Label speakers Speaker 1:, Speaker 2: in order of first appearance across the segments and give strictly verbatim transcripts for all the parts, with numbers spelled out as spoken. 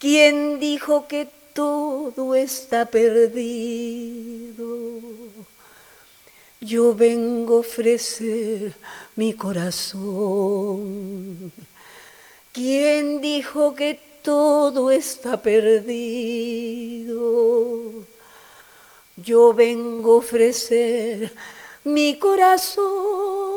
Speaker 1: ¿Quién dijo que todo está perdido? Yo vengo a ofrecer mi corazón. ¿Quién dijo que todo está perdido? Yo vengo a ofrecer mi corazón.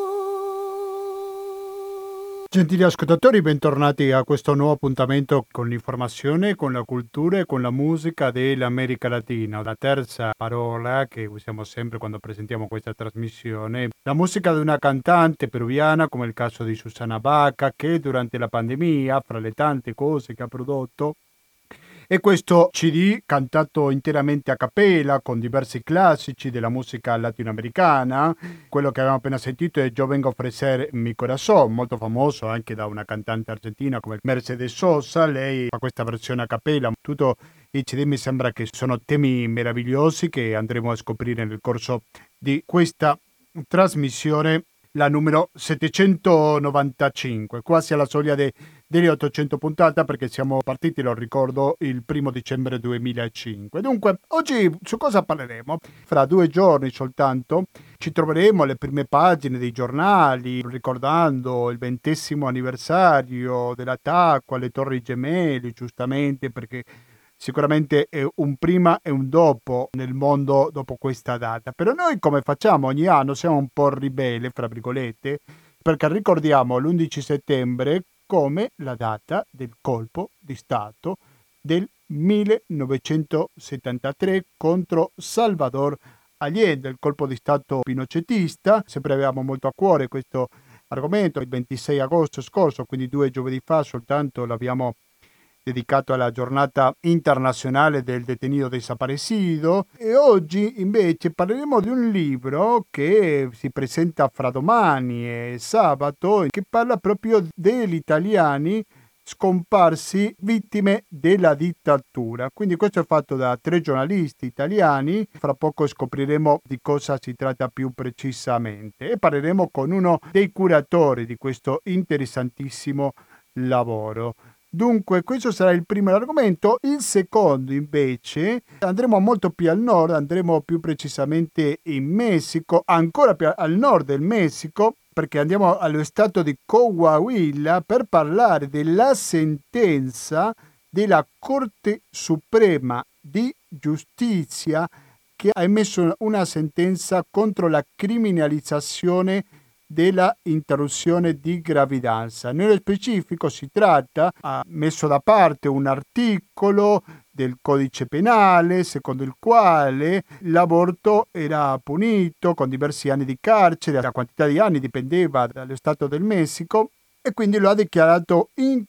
Speaker 2: Gentili ascoltatori, bentornati a questo nuovo appuntamento con l'informazione, con la cultura e con la musica dell'America Latina. La terza parola che usiamo sempre quando presentiamo questa trasmissione, la musica di una cantante peruviana, come il caso di Susana Baca, che durante la pandemia, fra le tante cose che ha prodotto, e questo C D cantato interamente a cappella con diversi classici della musica latinoamericana. Quello che abbiamo appena sentito è Yo vengo a ofrecer mi corazón, molto famoso anche da una cantante argentina come Mercedes Sosa. Lei fa questa versione a cappella. Tutto i C D mi sembra che sono temi meravigliosi che andremo a scoprire nel corso di questa trasmissione, la numero settecentonovantacinque, quasi alla soglia de, delle ottocento puntate, perché siamo partiti, lo ricordo, il primo dicembre duemilacinque. Dunque, oggi su cosa parleremo? Fra due giorni soltanto ci troveremo alle prime pagine dei giornali, ricordando il ventesimo anniversario dell'attacco alle Torri Gemelli, giustamente perché sicuramente è un prima e un dopo nel mondo dopo questa data. Però noi come facciamo ogni anno? Siamo un po' ribelle, fra virgolette, perché ricordiamo l'undici settembre come la data del colpo di Stato del millenovecentosettantatré contro Salvador Allende, il colpo di Stato pinochetista. Sempre avevamo molto a cuore questo argomento. Il ventisei agosto scorso, quindi due giovedì fa soltanto, l'abbiamo dedicato alla giornata internazionale del detenuto desaparecido, e oggi invece parleremo di un libro che si presenta fra domani e sabato, che parla proprio degli italiani scomparsi vittime della dittatura. Quindi questo è fatto da tre giornalisti italiani. Fra poco scopriremo di cosa si tratta più precisamente e parleremo con uno dei curatori di questo interessantissimo lavoro. Dunque, questo sarà il primo argomento. Il secondo, invece, andremo molto più al nord, andremo più precisamente in Messico, ancora più al nord del Messico, perché andiamo allo stato di Coahuila per parlare della sentenza della Corte Suprema di Giustizia, che ha emesso una sentenza contro la criminalizzazione della interruzione di gravidanza. Nello specifico si tratta, ha messo da parte un articolo del codice penale secondo il quale l'aborto era punito con diversi anni di carcere. La quantità di anni dipendeva dallo Stato del Messico e quindi lo ha dichiarato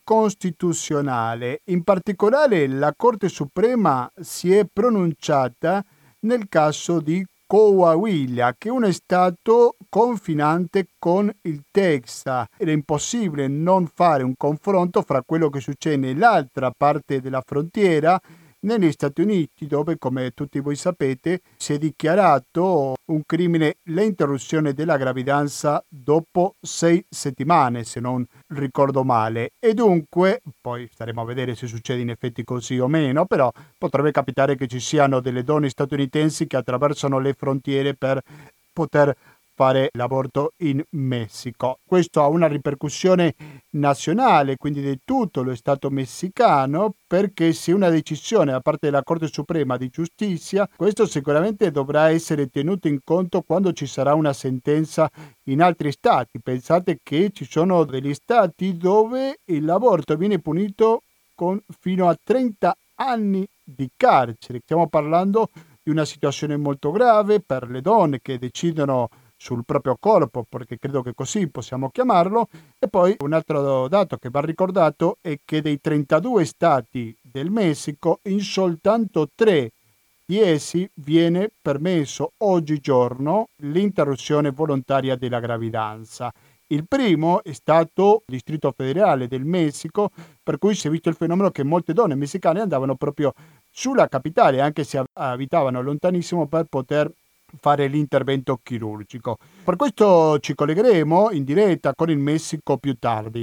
Speaker 2: incostituzionale. In particolare la Corte Suprema si è pronunciata nel caso di Coahuila, che è uno stato confinante con il Texas. Era impossibile non fare un confronto fra quello che succede nell'altra parte della frontiera, negli Stati Uniti, dove, come tutti voi sapete, si è dichiarato un crimine l'interruzione della gravidanza dopo sei settimane, se non ricordo male. E dunque, poi staremo a vedere se succede in effetti così o meno, però potrebbe capitare che ci siano delle donne statunitensi che attraversano le frontiere per poter fare l'aborto in Messico. Questo ha una ripercussione nazionale, quindi di tutto lo Stato messicano, perché se una decisione da parte della Corte Suprema di Giustizia, questo sicuramente dovrà essere tenuto in conto quando ci sarà una sentenza in altri stati. Pensate che ci sono degli stati dove l'aborto viene punito con fino a trenta anni di carcere. Stiamo parlando di una situazione molto grave per le donne che decidono sul proprio corpo, perché credo che così possiamo chiamarlo. E poi un altro dato che va ricordato è che dei trentadue stati del Messico, in soltanto tre di essi viene permesso oggigiorno l'interruzione volontaria della gravidanza. Il primo è stato il Distrito Federale del Messico, per cui si è visto il fenomeno che molte donne messicane andavano proprio sulla capitale, anche se abitavano lontanissimo, per poter fare l'intervento chirurgico. Per questo ci collegheremo in diretta con il Messico più tardi.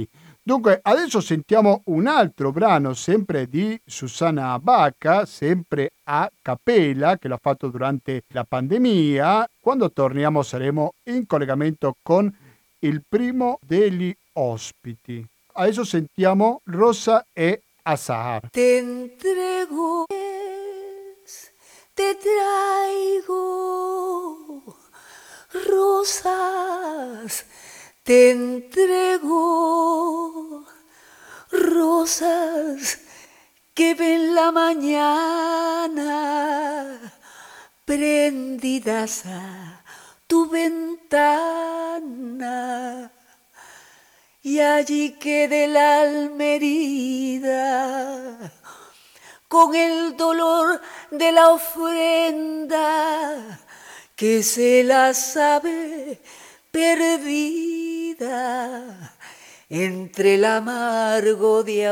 Speaker 2: Dunque, adesso sentiamo un altro brano sempre di Susanna Bacca, sempre a cappella, che l'ha fatto durante la pandemia. Quando torniamo saremo in collegamento con il primo degli ospiti. Adesso sentiamo Rosa e Azahar.
Speaker 1: Te entrego, te traigo rosas, te entrego rosas que ven la mañana prendidas a tu ventana. Y allí quede el alma herida con el dolor de la ofrenda que se la sabe perdida entre el amargo de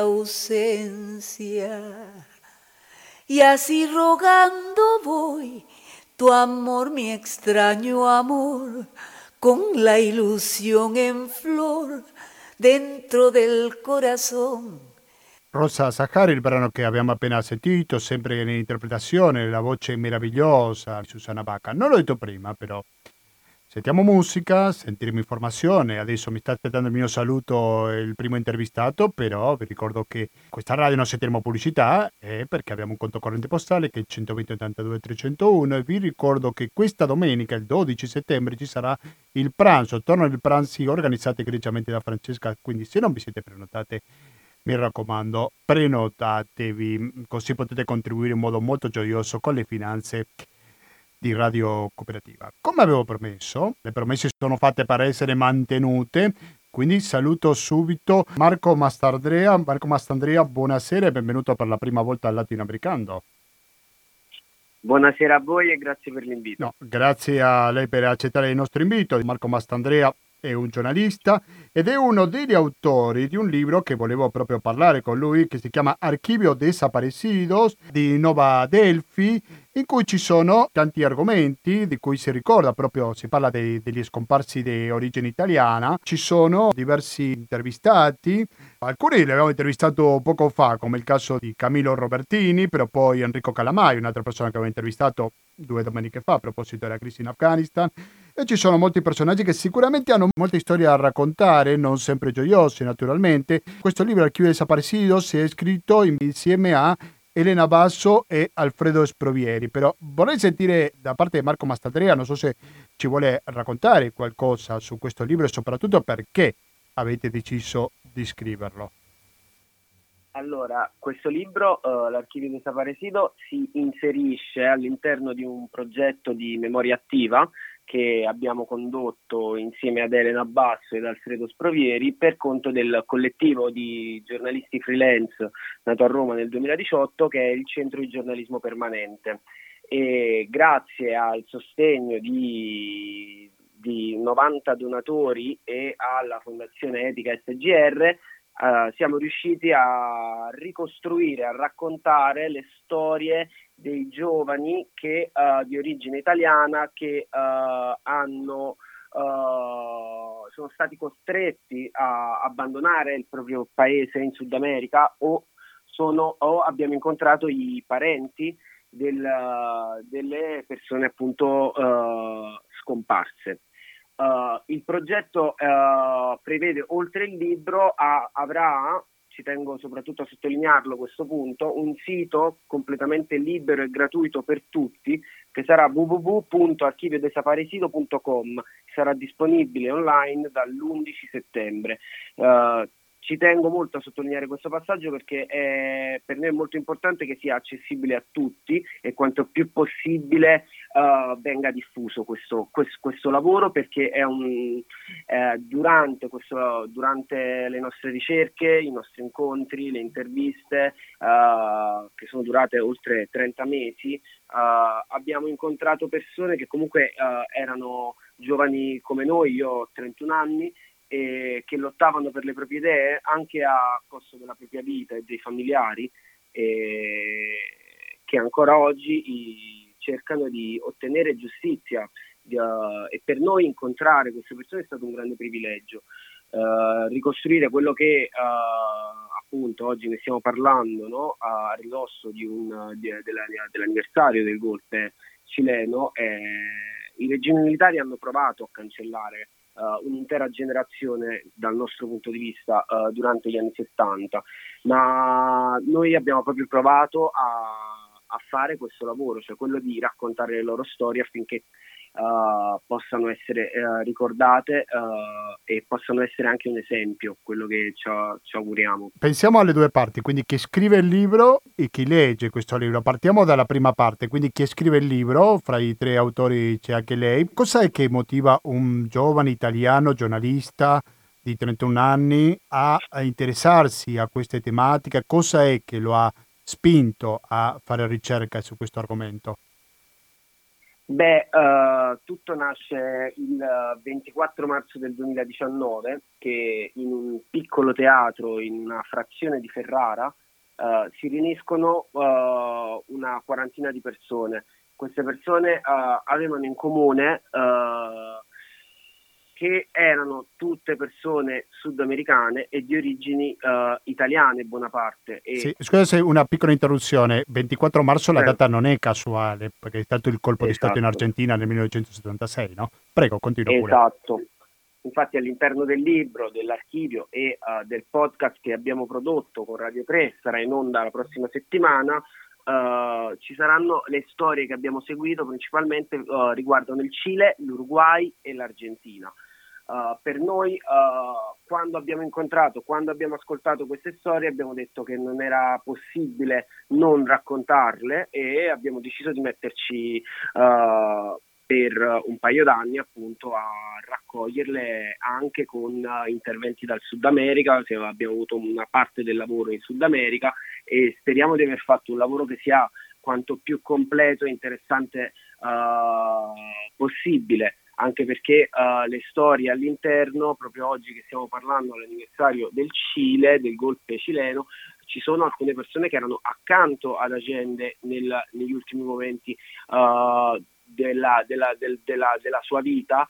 Speaker 1: ausencia. Y así rogando voy tu amor, mi extraño amor, con la ilusión en flor dentro del corazón.
Speaker 2: Rosa Azahar, il brano che abbiamo appena sentito, sempre in interpretazione, la voce meravigliosa di Susanna Bacca. Non l'ho detto prima, però. Sentiamo musica, sentiremo informazione. Adesso mi sta aspettando il mio saluto il primo intervistato, però vi ricordo che questa radio non sentiremo pubblicità eh, perché abbiamo un conto corrente postale che è centoventi ottantadue trecentouno e vi ricordo che questa domenica, il dodici settembre, ci sarà il pranzo, torno al pranzi organizzati egregiamente da Francesca, quindi se non vi siete prenotate, mi raccomando, prenotatevi, così potete contribuire in modo molto gioioso con le finanze di Radio Cooperativa. Come avevo promesso, le promesse sono fatte per essere mantenute, quindi saluto subito Marco Mastandrea. Marco Mastandrea, buonasera e benvenuto per la prima volta al Latinoamericano.
Speaker 3: Buonasera a voi e grazie per l'invito.
Speaker 2: No, grazie a lei per accettare il nostro invito. Marco Mastandrea è un giornalista ed è uno degli autori di un libro che volevo proprio parlare con lui, che si chiama Archivio Desaparecidos di Nova Delphi, in cui ci sono tanti argomenti di cui si ricorda proprio, si parla dei, degli scomparsi di origine italiana, ci sono diversi intervistati, alcuni li abbiamo intervistato poco fa, come il caso di Camillo Robertini, però poi Enrico Calamai, un'altra persona che avevo intervistato due domeniche fa a proposito della crisi in Afghanistan, e ci sono molti personaggi che sicuramente hanno molte storie da raccontare, non sempre gioiose naturalmente. Questo libro Archivio Desaparecidos è scritto insieme a Elena Basso e Alfredo Sprovieri, però vorrei sentire da parte di Marco Mastandrea, non so se ci vuole raccontare qualcosa su questo libro e soprattutto perché avete deciso di scriverlo.
Speaker 3: Allora, questo libro, uh, l'Archivio Desaparecido, si inserisce all'interno di un progetto di memoria attiva che abbiamo condotto insieme ad Elena Basso ed Alfredo Sprovieri per conto del collettivo di giornalisti freelance nato a Roma nel duemiladiciotto, che è il Centro di Giornalismo Permanente. E grazie al sostegno di, di novanta donatori e alla Fondazione Etica S G R, Uh, siamo riusciti a ricostruire, a raccontare le storie dei giovani che, uh, di origine italiana che uh, hanno, uh, sono stati costretti a abbandonare il proprio paese in Sud America o, sono, o abbiamo incontrato i parenti del, delle persone appunto uh, scomparse. Uh, il progetto uh, prevede, oltre il libro, a, avrà, ci tengo soprattutto a sottolinearlo questo punto, un sito completamente libero e gratuito per tutti, che sarà w w w punto archivio desaparecido punto com, sarà disponibile online dall'undici settembre. Uh, Ci tengo molto a sottolineare questo passaggio perché è, per me è molto importante che sia accessibile a tutti e quanto più possibile uh, venga diffuso questo, questo, questo lavoro, perché è un, eh, durante, questo, durante le nostre ricerche, i nostri incontri, le interviste uh, che sono durate oltre trenta mesi, uh, abbiamo incontrato persone che comunque uh, erano giovani come noi, io ho trentuno anni, e che lottavano per le proprie idee anche a costo della propria vita e dei familiari, e che ancora oggi i, cercano di ottenere giustizia, di, uh, e per noi incontrare queste persone è stato un grande privilegio. uh, ricostruire quello che uh, appunto oggi ne stiamo parlando, no? A ridosso di un, di, della, dell'anniversario del golpe cileno. Eh, i regimi militari hanno provato a cancellare uh, un'intera generazione dal nostro punto di vista uh, durante gli anni settanta, ma noi abbiamo proprio provato a, a fare questo lavoro, cioè quello di raccontare le loro storie affinché Uh, possano essere uh, ricordate uh, e possano essere anche un esempio, quello che ci, ci auguriamo.
Speaker 2: Pensiamo alle due parti, quindi chi scrive il libro e chi legge questo libro. Partiamo dalla prima parte, quindi chi scrive il libro, fra i tre autori c'è anche lei. Cosa è che motiva un giovane italiano giornalista di trentuno anni a, a interessarsi a queste tematiche? Cosa è che lo ha spinto a fare ricerca su questo argomento?
Speaker 3: Beh, uh, tutto nasce il ventiquattro marzo del duemiladiciannove, che in un piccolo teatro in una frazione di Ferrara uh, si riuniscono uh, una quarantina di persone. Queste persone uh, avevano in comune uh, che erano tutte persone sudamericane e di origini uh, italiane, buona parte. E...
Speaker 2: Sì, scusa se una piccola interruzione, ventiquattro marzo la
Speaker 3: Prego.
Speaker 2: data non è casuale, perché è stato il colpo
Speaker 3: Esatto.
Speaker 2: di Stato in Argentina nel millenovecentosettantasei, no? Prego, continua pure.
Speaker 3: Esatto. Infatti all'interno del libro, dell'archivio e uh, del podcast che abbiamo prodotto con Radio tre, sarà in onda la prossima settimana, uh, ci saranno le storie che abbiamo seguito, principalmente uh, riguardano il Cile, l'Uruguay e l'Argentina. Uh, per noi, uh, quando abbiamo incontrato, quando abbiamo ascoltato queste storie, abbiamo detto che non era possibile non raccontarle e abbiamo deciso di metterci uh, per un paio d'anni appunto a raccoglierle anche con uh, interventi dal Sud America. Abbiamo avuto una parte del lavoro in Sud America e speriamo di aver fatto un lavoro che sia quanto più completo e interessante uh, possibile. Anche perché uh, le storie all'interno, proprio oggi che stiamo parlando all'anniversario del Cile, del golpe cileno, ci sono alcune persone che erano accanto ad Allende nel, negli ultimi momenti uh, della, della, del, della, della sua vita,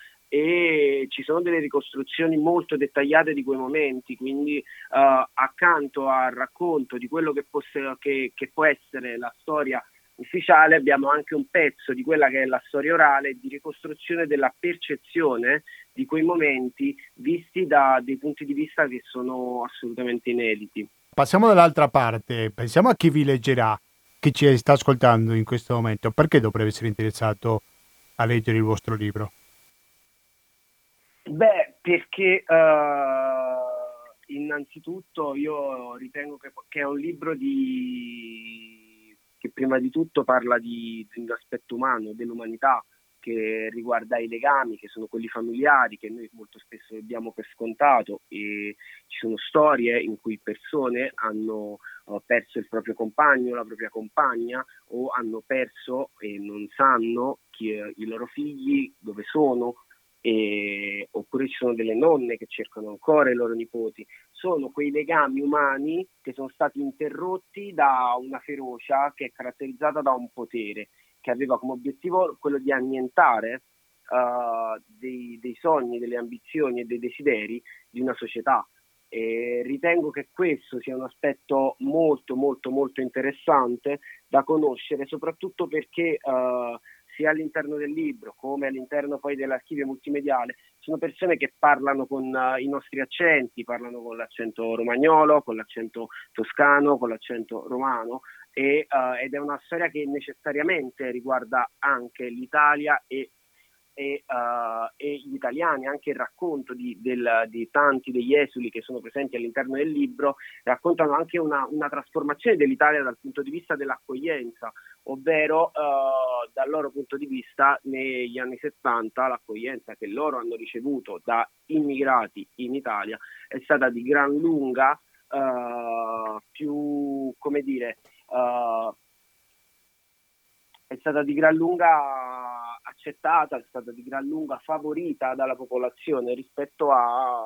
Speaker 3: e ci sono delle ricostruzioni molto dettagliate di quei momenti, quindi uh, accanto al racconto di quello che, posse, che, che può essere la storia ufficiale, abbiamo anche un pezzo di quella che è la storia orale di ricostruzione della percezione di quei momenti visti da dei punti di vista che sono assolutamente inediti.
Speaker 2: Passiamo dall'altra parte, pensiamo a chi vi leggerà, chi ci sta ascoltando in questo momento. Perché dovrebbe essere interessato a leggere il vostro libro?
Speaker 3: Beh, perché uh, innanzitutto io ritengo che, che è un libro di che prima di tutto parla di, di un aspetto umano, dell'umanità, che riguarda i legami, che sono quelli familiari, che noi molto spesso diamo per scontato, e ci sono storie in cui persone hanno uh, perso il proprio compagno, la propria compagna, o hanno perso e non sanno chi, uh, i loro figli, dove sono, e, oppure ci sono delle nonne che cercano ancora i loro nipoti. Sono quei legami umani che sono stati interrotti da una ferocia che è caratterizzata da un potere che aveva come obiettivo quello di annientare uh, dei, dei sogni, delle ambizioni e dei desideri di una società. E ritengo che questo sia un aspetto molto molto molto interessante da conoscere, soprattutto perché uh, sia all'interno del libro come all'interno poi dell'archivio multimediale sono persone che parlano con uh, i nostri accenti, parlano con l'accento romagnolo, con l'accento toscano, con l'accento romano, e, uh, ed è una storia che necessariamente riguarda anche l'Italia e E, uh, e gli italiani. Anche il racconto di, del, di tanti degli esuli che sono presenti all'interno del libro raccontano anche una, una trasformazione dell'Italia dal punto di vista dell'accoglienza, ovvero uh, dal loro punto di vista negli anni settanta l'accoglienza che loro hanno ricevuto da immigrati in Italia è stata di gran lunga uh, più, come dire, uh, è stata di gran lunga accettata, è stata di gran lunga favorita dalla popolazione rispetto a,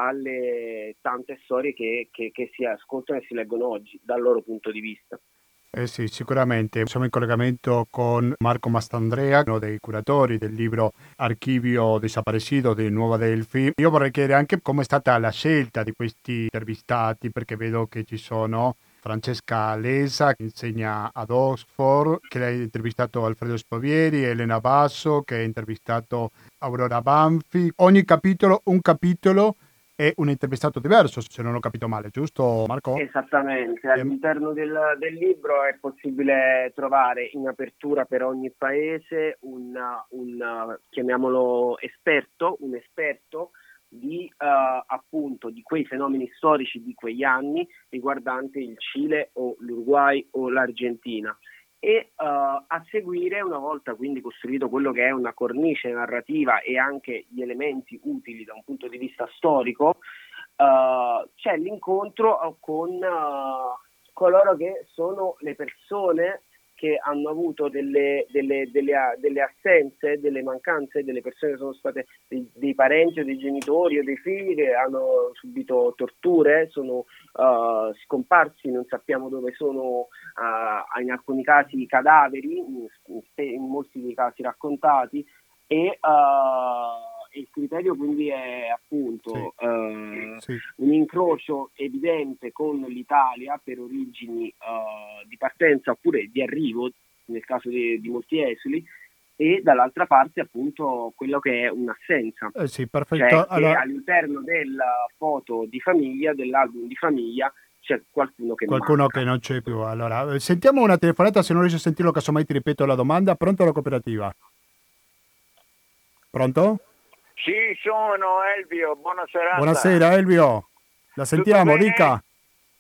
Speaker 3: alle tante storie che, che, che si ascoltano e si leggono oggi dal loro punto di vista.
Speaker 2: Eh sì, sicuramente. Siamo in collegamento con Marco Mastandrea, uno dei curatori del libro Archivio Desaparecido di Nuova Delphi. Io vorrei chiedere anche come è stata la scelta di questi intervistati, perché vedo che ci sono Francesca Lesa, che insegna ad Oxford, che ha intervistato Alfredo Spovieri, Elena Basso, che ha intervistato Aurora Banfi. Ogni capitolo, un capitolo è un intervistato diverso, se non ho capito male, giusto Marco?
Speaker 3: Esattamente,
Speaker 2: Ehm,
Speaker 3: all'interno del, del libro è possibile trovare in apertura per ogni paese un, un chiamiamolo esperto, un esperto di eh, appunto di quei fenomeni storici di quegli anni riguardanti il Cile o l'Uruguay o l'Argentina. E uh, a seguire, una volta quindi costruito quello che è una cornice narrativa e anche gli elementi utili da un punto di vista storico, uh, c'è l'incontro con uh, coloro che sono le persone che hanno avuto delle, delle, delle, delle assenze, delle mancanze, delle persone che sono state dei, dei parenti o dei genitori o dei figli che hanno subito torture, sono uh, scomparsi, non sappiamo dove sono, uh, in alcuni casi cadaveri, in, in molti dei casi raccontati, e uh, il criterio quindi è appunto
Speaker 2: sì,
Speaker 3: uh,
Speaker 2: sì.
Speaker 3: un incrocio evidente con l'Italia per origini uh, di partenza oppure di arrivo nel caso di, di molti esuli, e dall'altra parte appunto quello che è un'assenza,
Speaker 2: Eh sì, perfetto.
Speaker 3: cioè che
Speaker 2: Allora,
Speaker 3: all'interno della foto di famiglia, dell'album di famiglia, c'è qualcuno che
Speaker 2: qualcuno che
Speaker 3: manca.
Speaker 2: non c'è più. Allora, eh, sentiamo una telefonata, se non riesci a sentirlo, casomai ti ripeto la domanda. Pronto la cooperativa? Pronto?
Speaker 4: Sì, sono Elvio, buona serata.
Speaker 2: Buonasera Elvio, la
Speaker 4: Tutto
Speaker 2: sentiamo,
Speaker 4: bene?
Speaker 2: dica.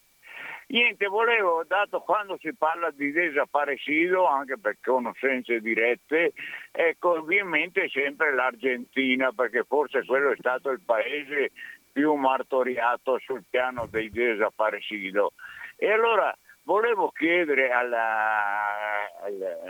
Speaker 4: Niente, volevo, dato quando si parla di desaparecido, anche per conoscenze dirette, ecco, vi in mente sempre l'Argentina, perché forse quello è stato il paese più martoriato sul piano dei desaparecido. E allora volevo chiedere alla, alla,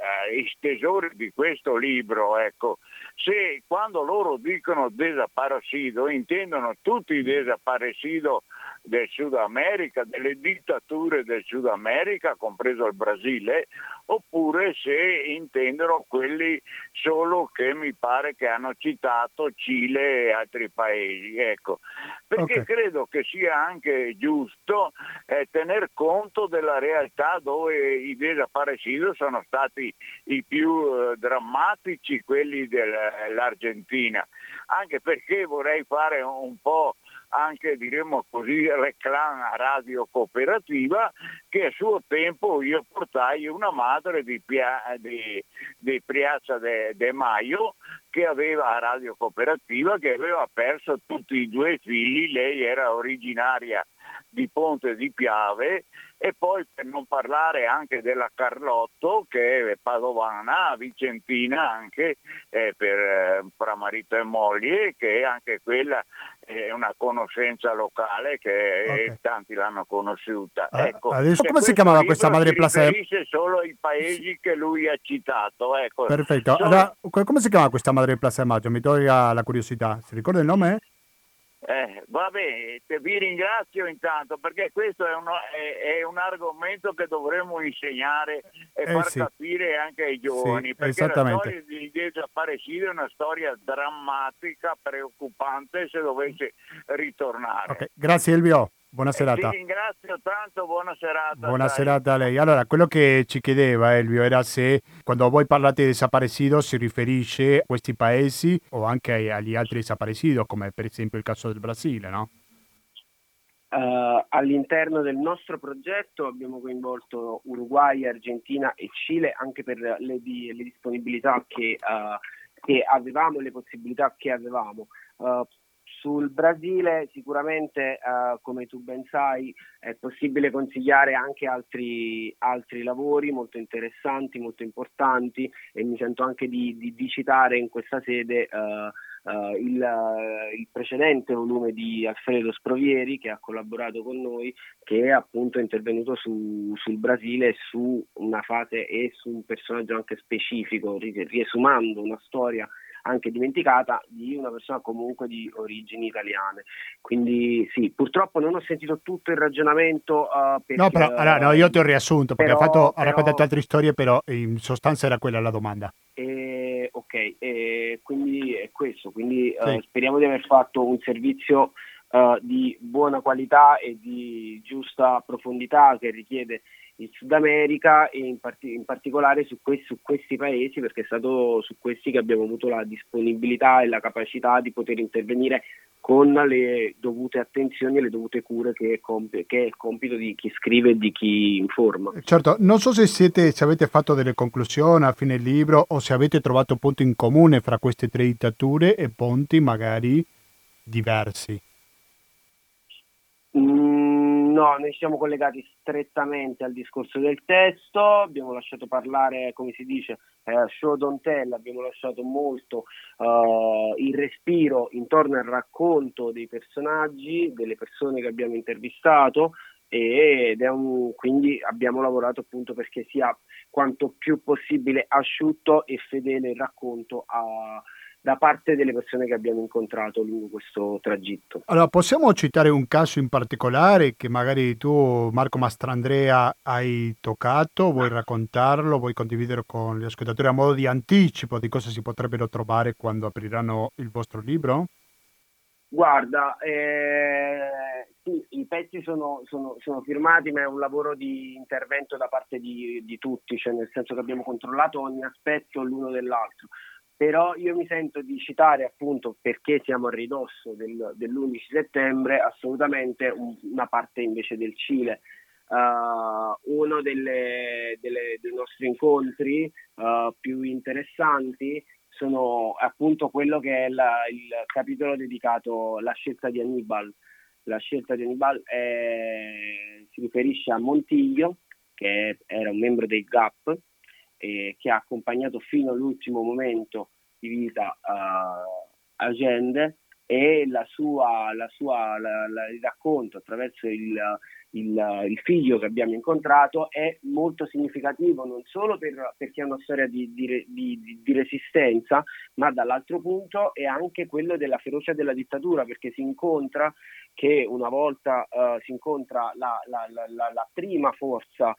Speaker 4: ai stesori di questo libro, ecco, se quando loro dicono desaparecido intendono tutti i desaparecido del Sud America, delle dittature del Sud America, compreso il Brasile, oppure se intendono quelli solo che mi pare che hanno citato Cile e altri paesi, ecco, perché
Speaker 2: Ok,
Speaker 4: credo che sia anche giusto eh, tener conto della realtà dove i desaparecidos sono stati i più eh, drammatici, quelli dell'Argentina, anche perché vorrei fare un po' anche, diremmo così, reclama radio cooperativa, che a suo tempo io portai una madre di, Pia, di, di Piazza de, de Maio, che aveva a radio cooperativa, che aveva perso tutti i due figli. Lei era originaria di Ponte di Piave, e poi per non parlare anche della Carlotto, che è padovana, vicentina anche, eh, per eh, fra marito e moglie, che anche quella è una conoscenza locale che
Speaker 2: ok.
Speaker 4: eh, tanti l'hanno conosciuta.
Speaker 2: A-
Speaker 4: Ecco,
Speaker 2: Adesso
Speaker 4: e
Speaker 2: come si
Speaker 4: questo
Speaker 2: chiamava questa
Speaker 4: libro si
Speaker 2: madre Plaza de...
Speaker 4: riferisce solo ai
Speaker 2: Sì,
Speaker 4: paesi che lui ha citato. Ecco,
Speaker 2: perfetto.
Speaker 4: sono
Speaker 2: Allora, co- come si chiama questa madre Plaza de Maggio? Mi toglie la curiosità. Si ricorda il nome?
Speaker 4: Eh, vabbè, te- vi ringrazio intanto, perché questo è, uno- è- è un argomento che dovremmo insegnare e
Speaker 2: Eh
Speaker 4: far
Speaker 2: sì,
Speaker 4: capire anche ai
Speaker 2: sì,
Speaker 4: giovani, perché la
Speaker 2: esattamente.
Speaker 4: storia di desaparecido è una storia drammatica, preoccupante se dovesse ritornare.
Speaker 2: Ok, grazie Elvio. Buona
Speaker 4: E ti
Speaker 2: serata.
Speaker 4: ringrazio tanto, buona serata,
Speaker 2: Buona
Speaker 4: sai.
Speaker 2: serata a lei. Allora, quello che ci chiedeva Elvio era se quando voi parlate di desaparecido si riferisce a questi paesi o anche ai- agli altri desaparecido, come per esempio il caso del Brasile, no?
Speaker 3: Uh, all'interno del nostro progetto abbiamo coinvolto Uruguay, Argentina e Cile, anche per le, di, le disponibilità che, uh, che avevamo, le possibilità che avevamo. Uh, sul Brasile sicuramente, uh, come tu ben sai, è possibile consigliare anche altri, altri lavori molto interessanti, molto importanti, e mi sento anche di, di, di citare in questa sede uh, Uh, il, uh, il precedente volume di Alfredo Sprovieri, che ha collaborato con noi, che è appunto intervenuto su, sul Brasile, su una fase e su un personaggio anche specifico, riesumando una storia anche dimenticata, di una persona comunque di origini italiane. Quindi sì, purtroppo non ho sentito tutto il ragionamento. Uh, perché,
Speaker 2: No, però allora, no, io ti ho riassunto perché
Speaker 3: però,
Speaker 2: ha, fatto, ha
Speaker 3: però,
Speaker 2: raccontato altre storie, però in sostanza era quella la domanda.
Speaker 3: Eh, ok, eh, quindi è questo, quindi
Speaker 2: Sì.
Speaker 3: eh, speriamo di aver fatto un servizio eh, di buona qualità e di giusta profondità che richiede il Sud America e in, part- in particolare su, que- su questi paesi, perché è stato su questi che abbiamo avuto la disponibilità e la capacità di poter intervenire con le dovute attenzioni e le dovute cure che è, comp- che è il compito di chi scrive e di chi informa.
Speaker 2: Certo, non so se siete, se avete fatto delle conclusioni a fine libro o se avete trovato punti in comune fra queste tre dittature e ponti magari diversi.
Speaker 3: Mm, no, noi siamo collegati strettamente al discorso del testo, abbiamo lasciato parlare, come si dice, eh, show don't tell, abbiamo lasciato molto uh, il respiro intorno al racconto dei personaggi, delle persone che abbiamo intervistato, ed è un, quindi abbiamo lavorato appunto perché sia quanto più possibile asciutto e fedele il racconto a da parte delle persone che abbiamo incontrato lungo questo tragitto.
Speaker 2: Allora, possiamo citare un caso in particolare che magari tu, Marco Mastrandrea, hai toccato? Vuoi raccontarlo? Vuoi condividere con gli ascoltatori a modo di anticipo di cosa si potrebbero trovare quando apriranno il vostro libro?
Speaker 3: Guarda, eh, sì, i pezzi sono, sono, sono firmati, ma è un lavoro di intervento da parte di, di tutti, cioè nel senso che abbiamo controllato ogni aspetto l'uno dell'altro. Però io mi sento di citare, appunto, perché siamo a ridosso del, dell'undici settembre, assolutamente un, una parte invece del Cile. Uh, uno delle, delle, dei nostri incontri uh, più interessanti sono appunto quello che è la, il capitolo dedicato alla scelta di Hannibal. La scelta di Hannibal è, si riferisce a Montiglio, che era un membro dei G A P, Eh, che ha accompagnato fino all'ultimo momento di vita uh, Allende, e la sua, la sua la, la, il racconto attraverso il, il, il figlio che abbiamo incontrato è molto significativo, non solo per, perché è una storia di, di, di, di resistenza, ma dall'altro punto è anche quello della ferocia della dittatura, perché si incontra che una volta uh, si incontra la, la, la, la prima forza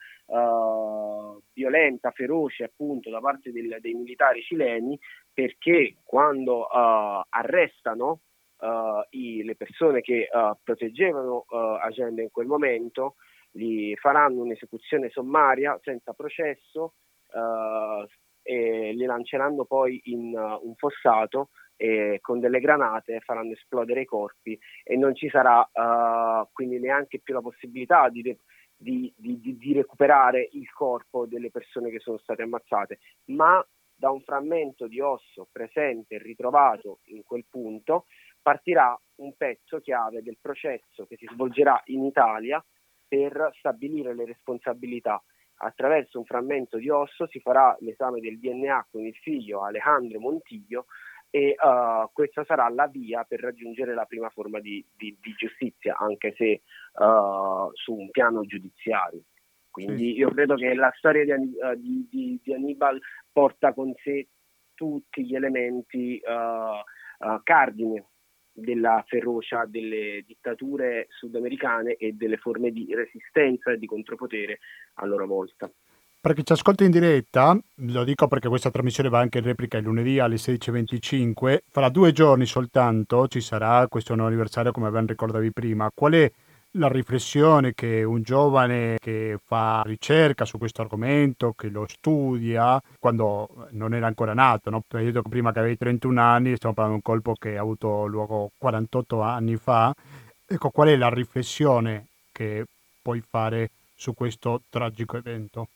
Speaker 3: uh, violenta, feroce appunto da parte del, dei militari cileni, perché quando uh, arrestano uh, i, le persone che uh, proteggevano uh, Allende in quel momento, gli faranno un'esecuzione sommaria senza processo uh, e li lanceranno poi in uh, un fossato e con delle granate faranno esplodere i corpi, e non ci sarà uh, quindi neanche più la possibilità di, di, di, di recuperare il corpo delle persone che sono state ammazzate, ma da un frammento di osso presente e ritrovato in quel punto partirà un pezzo chiave del processo che si svolgerà in Italia per stabilire le responsabilità. Attraverso un frammento di osso si farà l'esame del D N A con il figlio Alejandro Montiglio, e uh, questa sarà la via per raggiungere la prima forma di, di, di giustizia, anche se uh, su un piano giudiziario. Quindi io credo che la storia di, uh, di, di, di Hannibal porta con sé tutti gli elementi uh, uh, cardine della ferocia delle dittature sudamericane e delle forme di resistenza e di contropotere a loro volta.
Speaker 2: Per chi ci ascolta in diretta, lo dico perché questa trasmissione va anche in replica il lunedì alle sedici e venticinque, fra due giorni soltanto ci sarà questo anniversario, come ben ricordavi prima. Qual è la riflessione che un giovane che fa ricerca su questo argomento, che lo studia, quando non era ancora nato, no? Tu hai detto prima che avevi trentuno anni, stiamo parlando di un colpo che ha avuto luogo quarantotto anni fa. Ecco, qual è la riflessione che puoi fare su questo tragico evento?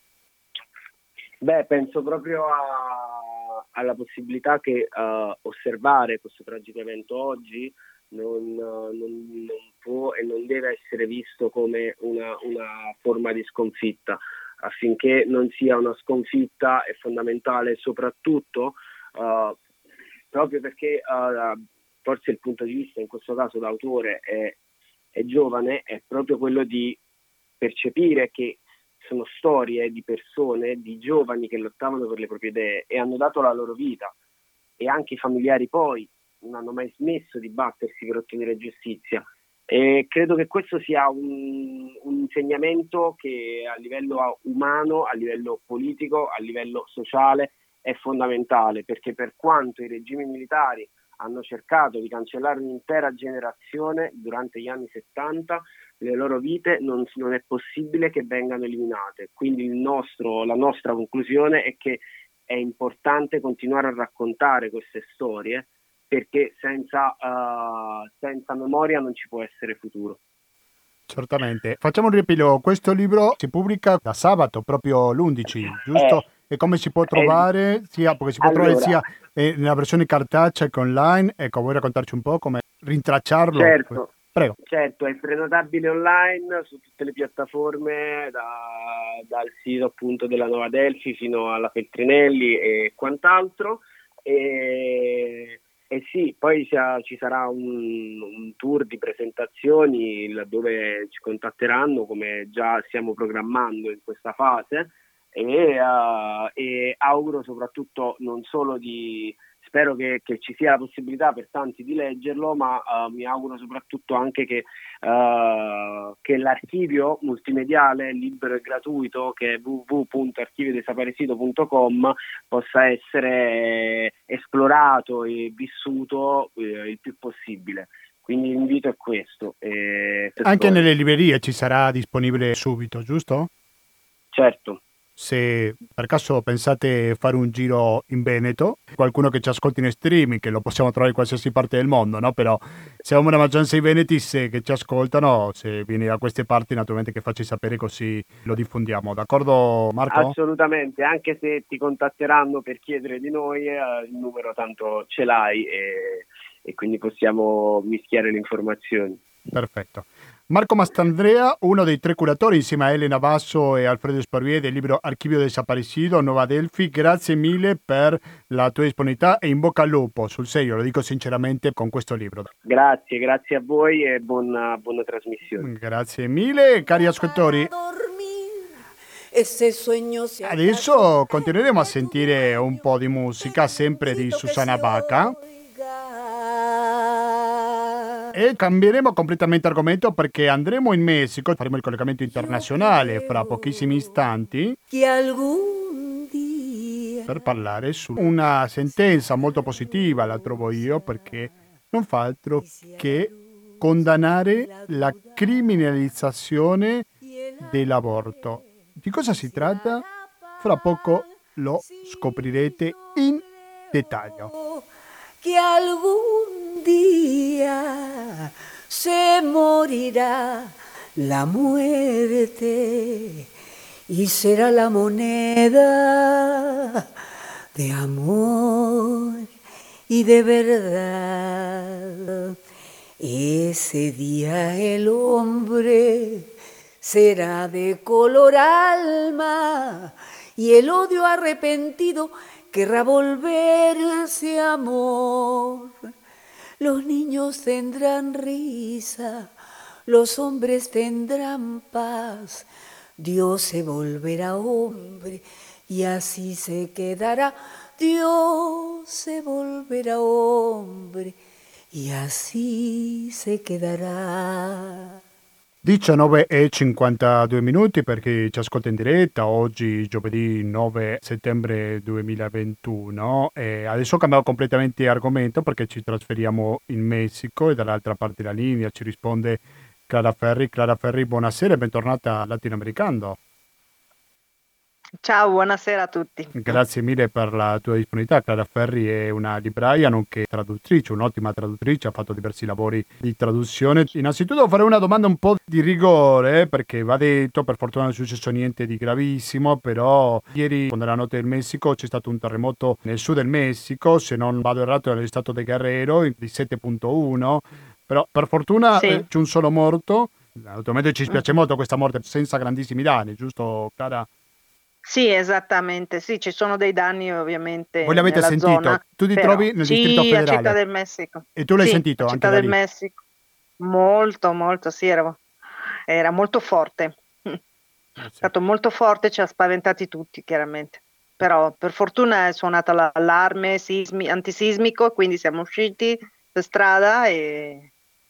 Speaker 3: Beh, penso proprio a, alla possibilità che uh, osservare questo tragico evento oggi non, uh, non, non può e non deve essere visto come una, una forma di sconfitta. Affinché non sia una sconfitta è fondamentale soprattutto uh, proprio perché uh, forse il punto di vista in questo caso d'autore è, è giovane, è proprio quello di percepire che sono storie di persone, di giovani che lottavano per le proprie idee e hanno dato la loro vita, e anche i familiari poi non hanno mai smesso di battersi per ottenere giustizia. E credo che questo sia un, un insegnamento che a livello umano, a livello politico, a livello sociale è fondamentale, perché per quanto i regimi militari hanno cercato di cancellare un'intera generazione durante gli anni settanta, le loro vite non, non è possibile che vengano eliminate. Quindi il nostro, la nostra conclusione è che è importante continuare a raccontare queste storie, perché senza, uh, senza memoria non ci può essere futuro.
Speaker 2: Certamente. Facciamo un riepilogo. Questo libro si pubblica da sabato, proprio l'undici, giusto?
Speaker 3: Eh,
Speaker 2: E come si può
Speaker 3: eh,
Speaker 2: trovare? Sia, perché si può
Speaker 3: allora,
Speaker 2: trovare sia eh, nella versione cartacea che online. Ecco, vuoi raccontarci un po' come rintracciarlo?
Speaker 3: certo,
Speaker 2: Prego.
Speaker 3: certo, è prenotabile online su tutte le piattaforme, da- dal sito appunto della Nuova Delphi fino alla Feltrinelli e quant'altro. E, e sì, poi sia- ci sarà un, un tour di presentazioni dove ci contatteranno, come già stiamo programmando in questa fase, e, eh, e auguro soprattutto non solo di spero che, che ci sia la possibilità per tanti di leggerlo, ma uh, mi auguro soprattutto anche che, uh, che l'archivio multimediale libero e gratuito, che è w w w punto archivio desaparecido punto com, possa essere esplorato e vissuto eh, il più possibile. Quindi l'invito è questo. Eh,
Speaker 2: Anche nelle librerie ci sarà disponibile subito, giusto?
Speaker 3: Certo.
Speaker 2: Se per caso pensate fare un giro in Veneto, qualcuno che ci ascolti in streaming, che lo possiamo trovare in qualsiasi parte del mondo, no? Però siamo una maggioranza di veneti se, che ci ascoltano, se vieni da queste parti naturalmente che facci sapere così lo diffondiamo, d'accordo Marco?
Speaker 3: Assolutamente, anche se ti contatteranno per chiedere di noi, eh, il numero tanto ce l'hai e, e quindi possiamo mischiare le informazioni.
Speaker 2: Perfetto. Marco Mastandrea, uno dei tre curatori insieme a Elena Basso e Alfredo Sparvier del libro Archivio Desaparecido, Nuova Delphi. Grazie mille per la tua disponibilità e in bocca al lupo, sul serio, lo dico sinceramente, con questo libro.
Speaker 3: Grazie, grazie a voi e buona, buona trasmissione.
Speaker 2: Grazie mille, cari ascoltatori. Adesso continueremo a sentire un po' di musica, sempre di Susana Baca. E cambieremo completamente argomento perché andremo in Messico, faremo il collegamento internazionale fra pochissimi istanti per parlare su una sentenza molto positiva, la trovo io, perché non fa altro che condannare la criminalizzazione dell'aborto. Di cosa si tratta? Fra poco lo scoprirete in dettaglio.
Speaker 1: Que algún día se morirá la muerte y será la moneda de amor y de verdad. Ese día el hombre será de color alma y el odio arrepentido querrá volverse amor. Los niños tendrán risa, los hombres tendrán paz. Dios se volverá hombre y así se quedará. Dios se volverá hombre y así se quedará.
Speaker 2: diciannove e cinquantadue minuti per chi ci ascolta in diretta, oggi giovedì nove settembre duemilaventuno, e adesso cambiamo completamente argomento perché ci trasferiamo in Messico e dall'altra parte della linea ci risponde Clara Ferri. Clara Ferri, buonasera e bentornata a Latinoamericano.
Speaker 5: Ciao, buonasera a tutti.
Speaker 2: Grazie mille per la tua disponibilità. Clara Ferri è una libraia nonché traduttrice, un'ottima traduttrice, ha fatto diversi lavori di traduzione. Innanzitutto farei una domanda un po' di rigore, perché va detto, per fortuna non è successo niente di gravissimo, però ieri, quando era notte del Messico, c'è stato un terremoto nel sud del Messico, se non vado errato nel stato di Guerrero, di sette virgola uno, però per fortuna
Speaker 5: Sì.
Speaker 2: eh, c'è un solo morto. Naturalmente ci spiace molto questa morte senza grandissimi danni, giusto Clara?
Speaker 5: Sì, esattamente, sì, ci sono dei danni ovviamente
Speaker 2: Voi l'avete
Speaker 5: nella
Speaker 2: sentito?
Speaker 5: zona,
Speaker 2: Tu ti
Speaker 5: però
Speaker 2: trovi nel
Speaker 5: sì,
Speaker 2: Distrito
Speaker 5: a Città
Speaker 2: Federale
Speaker 5: del Messico.
Speaker 2: e tu l'hai
Speaker 5: Sì,
Speaker 2: sentito
Speaker 5: a
Speaker 2: anche
Speaker 5: Città
Speaker 2: da
Speaker 5: del
Speaker 2: lì?
Speaker 5: Messico. Molto, molto, sì, era, era molto forte. È
Speaker 2: Eh sì.
Speaker 5: stato molto forte, ci ha spaventati tutti, chiaramente. però per fortuna è suonata l'allarme sismi- antisismico, quindi siamo usciti per strada e,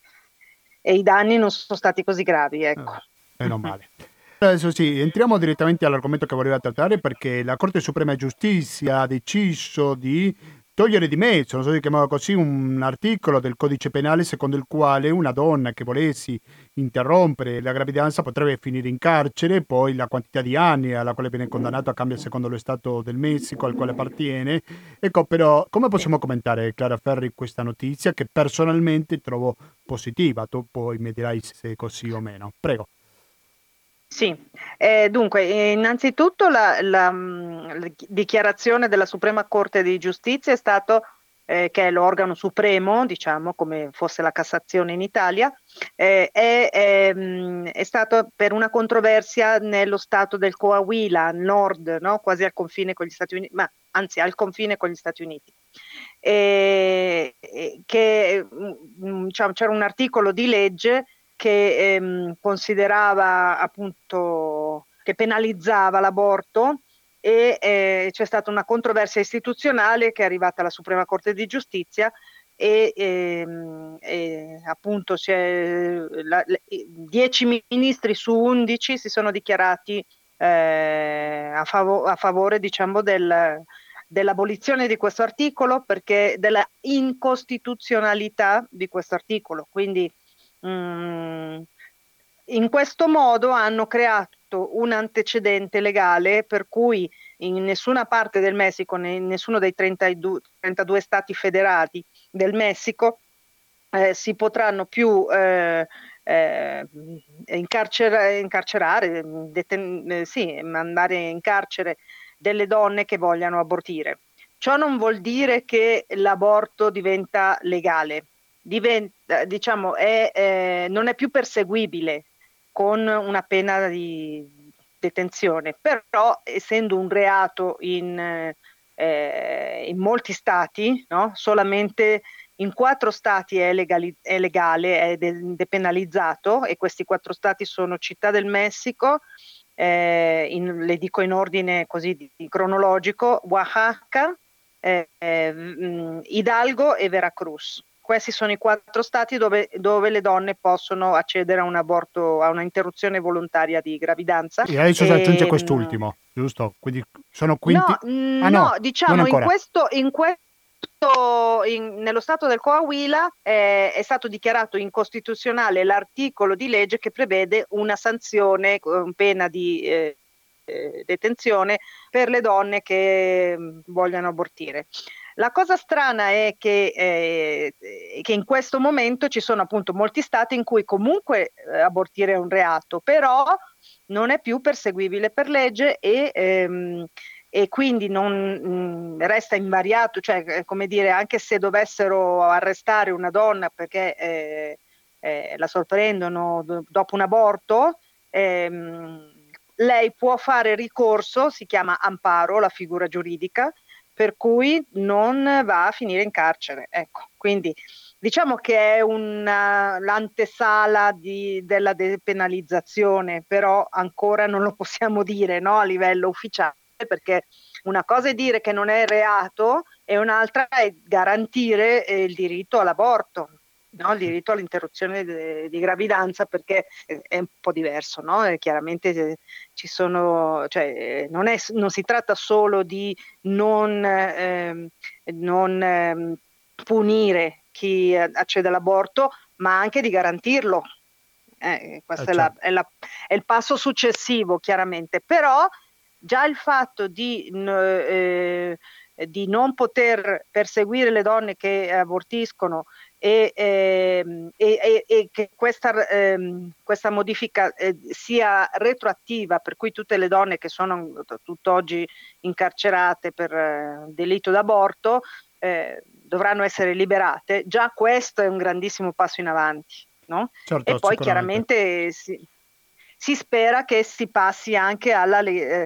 Speaker 5: e i danni non sono stati così gravi, ecco.
Speaker 2: Eh, meno male. Adesso sì, entriamo direttamente all'argomento che voleva trattare, perché la Corte Suprema di Giustizia ha deciso di togliere di mezzo, non so se si chiamava così, un articolo del codice penale secondo il quale una donna che volessi interrompere la gravidanza potrebbe finire in carcere, poi la quantità di anni alla quale viene condannato cambia secondo lo Stato del Messico al quale appartiene. Ecco, però come possiamo commentare, Clara Ferri, questa notizia che personalmente trovo positiva? Tu poi mi dirai se è così o meno. Prego.
Speaker 5: Sì, eh, dunque, eh, innanzitutto la, la, mh, la dichiarazione della Suprema Corte di Giustizia è stato, eh, che è l'organo supremo, diciamo, come fosse la Cassazione in Italia, eh, è, è, mh, è stato per una controversia nello stato del Coahuila, a nord, no? Quasi al confine con gli Stati Uniti, ma anzi al confine con gli Stati Uniti. E, e che mh, diciamo, c'era un articolo di legge che ehm, considerava appunto che penalizzava l'aborto e eh, c'è stata una controversia istituzionale che è arrivata alla Suprema Corte di Giustizia e, ehm, e appunto c'è la, le, dieci ministri su undici si sono dichiarati eh, a, fav- a favore, diciamo, del, dell'abolizione di questo articolo, perché della incostituzionalità di questo articolo. Quindi Mm, in questo modo hanno creato un antecedente legale per cui in nessuna parte del Messico, in nessuno dei trentadue, trentadue stati federati del Messico, eh, si potranno più eh, eh, incarcer- incarcerare, deten- eh, sì, mandare in carcere delle donne che vogliano abortire. Ciò non vuol dire che l'aborto diventa legale, diventa, diciamo, è, eh, non è più perseguibile con una pena di detenzione, però essendo un reato in, eh, in molti stati, no? Solamente in quattro stati è, legali- è legale, è de- depenalizzato, e questi quattro stati sono Città del Messico, eh, in- le dico in ordine così di, di cronologico: Oaxaca, eh, eh, Hidalgo e Veracruz. Questi sono i quattro stati dove, dove le donne possono accedere a un aborto, a una interruzione volontaria di gravidanza.
Speaker 2: E adesso si aggiunge
Speaker 5: E,
Speaker 2: quest'ultimo, giusto? Quindi sono
Speaker 5: no,
Speaker 2: quinti... Ah
Speaker 5: no,
Speaker 2: no, non
Speaker 5: diciamo in
Speaker 2: ancora.
Speaker 5: questo, in questo in- nello stato del Coahuila eh, è stato dichiarato incostituzionale l'articolo di legge che prevede una sanzione con pena di eh, eh, detenzione per le donne che mh, vogliono abortire. La cosa strana è che, eh, che in questo momento ci sono appunto molti stati in cui comunque eh, abortire è un reato, però non è più perseguibile per legge e, ehm, e quindi non mh, resta invariato, cioè eh, come dire, anche se dovessero arrestare una donna perché eh, eh, la sorprendono do- dopo un aborto, ehm, lei può fare ricorso, si chiama amparo, la figura giuridica, per cui non va a finire in carcere. Ecco, quindi diciamo che è una, l'antesala di, della depenalizzazione, però ancora non lo possiamo dire, no, a livello ufficiale, perché una cosa è dire che non è reato e un'altra è garantire eh, il diritto all'aborto. No, il diritto all'interruzione de- di gravidanza, perché è, è un po' diverso, no? E chiaramente eh, ci sono, cioè, eh, non, è, non si tratta solo di non, ehm, non ehm, punire chi accede all'aborto, ma anche di garantirlo. Eh,
Speaker 2: Eh,
Speaker 5: questo è, la,
Speaker 2: certo.
Speaker 5: è, la, è il passo successivo, chiaramente. Però già il fatto di, eh, di non poter perseguire le donne che abortiscono e, ehm, e, e, e che questa, ehm, questa modifica eh, sia retroattiva, per cui tutte le donne che sono tutt'oggi incarcerate per eh, delitto d'aborto eh, dovranno essere liberate, già questo è un grandissimo passo in avanti, no? E
Speaker 2: Certo,
Speaker 5: poi
Speaker 2: sicuramente.
Speaker 5: chiaramente si, si spera che si passi anche alla, eh,